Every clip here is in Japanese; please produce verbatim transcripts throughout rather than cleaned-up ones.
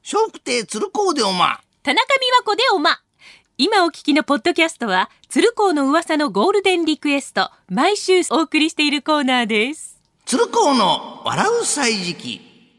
笑福亭鶴光でおま。 田中美和子でおま。今お聞きのポッドキャストは鶴光の噂のゴールデンリクエスト、毎週お送りしているコーナーです。 鶴光の笑う歳時記。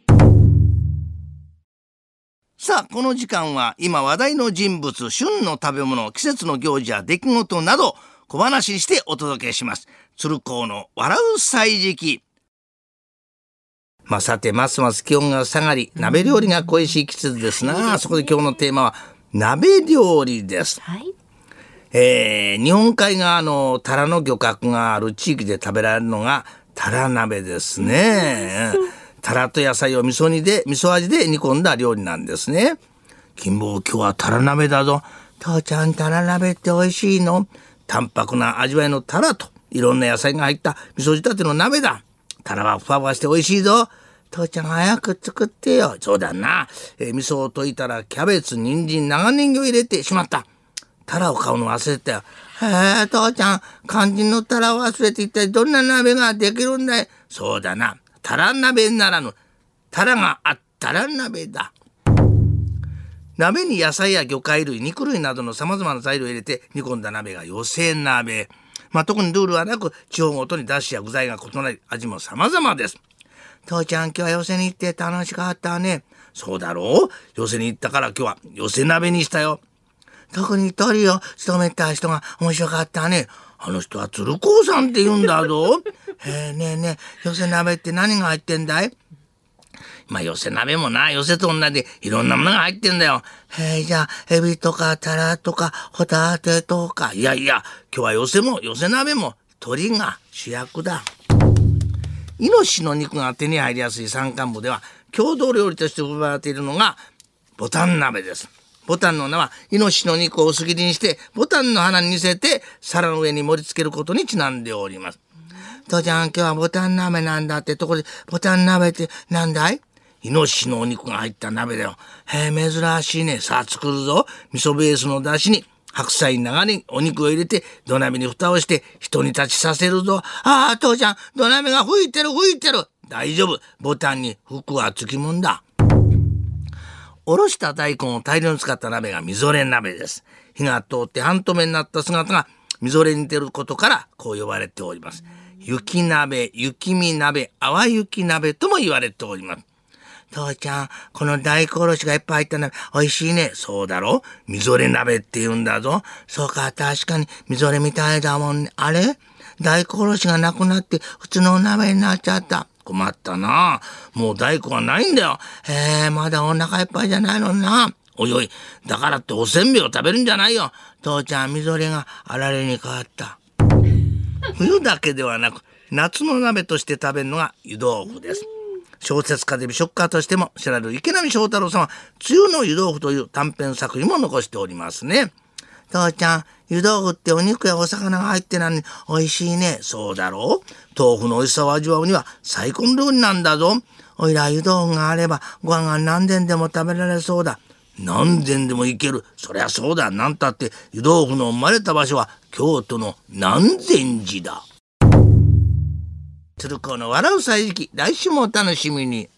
さあ、この時間は今話題の人物、旬の食べ物、季節の行事や出来事など小話してお届けします。鶴光の笑う歳時記。まあ、さて、ますます気温が下がり、鍋料理が恋しい季節ですな。そこで今日のテーマは鍋料理です。 はい。 えー、日本海側のタラの漁獲がある地域で食べられるのがタラ鍋ですね。タラと野菜を味噌煮で味噌味で煮込んだ料理なんですね。金坊、今日はタラ鍋だぞ。父ちゃん、タラ鍋って美味しいの？淡白な味わいのタラといろんな野菜が入った味噌仕立ての鍋だ。タラはふわふわして美味しいぞ。父ちゃん、早く作ってよ。そうだな、えー、味噌を溶いたらキャベツ、人参、長ネギを入れてしまった。タラを買うの忘れてたよ。へえ、父ちゃん、肝心のタラを忘れて一体どんな鍋ができるんだい？そうだな、タラ鍋ならぬタラがあったら鍋だ。鍋に野菜や魚介類、肉類などのさまざまな材料を入れて煮込んだ鍋が寄せ鍋。まあ、特にルールはなく、地方ごとに出汁や具材が異なり、味も様々です。父ちゃん、今日は寄せに行って楽しかったね。そうだろう、寄せに行ったから今日は寄せ鍋にしたよ。特にトリを務めた人が面白かったね。あの人は鶴光さんって言うんだぞ。えー、ねえねえ、寄せ鍋って何が入ってんだい？まあ、寄せ鍋もな、寄せと同じでいろんなものが入ってんだよ。へえ、じゃあエビとかタラとかホタテとか。いやいや、今日は寄せも寄せ鍋も鶏が主役だ。イノシシの肉が手に入りやすい山間部では郷土料理として呼ばれているのがボタン鍋です。ボタンの名はイノシシの肉を薄切りにしてボタンの花に似せて皿の上に盛り付けることにちなんでおります。父ちゃん、今日はボタン鍋なんだってところで、ボタン鍋ってなんだい？イノシシのお肉が入った鍋だよ。へえ、珍しいね。さあ作るぞ。味噌ベースの出汁に白菜、長ネギ、お肉を入れて土鍋に蓋をして一煮立ちさせるぞ。ああ、父ちゃん、土鍋が吹いてる吹いてる。大丈夫、ボタンに服はつきもんだ。おろした大根を大量に使った鍋がみぞれ鍋です。火が通って半透明になった姿がみぞれに似てることからこう呼ばれております。雪鍋、雪見鍋、淡雪鍋とも言われております。父ちゃん、この大根おろしがいっぱい入った鍋、美味しいね。そうだろ、みぞれ鍋って言うんだぞ。そうか、確かにみぞれみたいだもんね。あれ、大根おろしがなくなって普通の鍋になっちゃった。困ったな。もう大根はないんだよ。へえ、まだお腹いっぱいじゃないのにな。おいおい、だからっておせんべいを食べるんじゃないよ。父ちゃん、みぞれがあられに変わった。冬だけではなく夏の鍋として食べるのが湯豆腐です。小説家で美食家としても知られる池波正太郎さんは梅雨の湯豆腐という短編作品も残しておりますね。父ちゃん、湯豆腐ってお肉やお魚が入ってないのに美味しいね。そうだろう、豆腐の美味しさを味わうには最高の料理なんだぞ。おいら、湯豆腐があればご飯が何膳でも食べられそうだ。何膳でもいける。そりゃそうだ。なんたって湯豆腐の生まれた場所は京都の南禅寺だ。鶴光の笑う歳時記、来週もお楽しみに。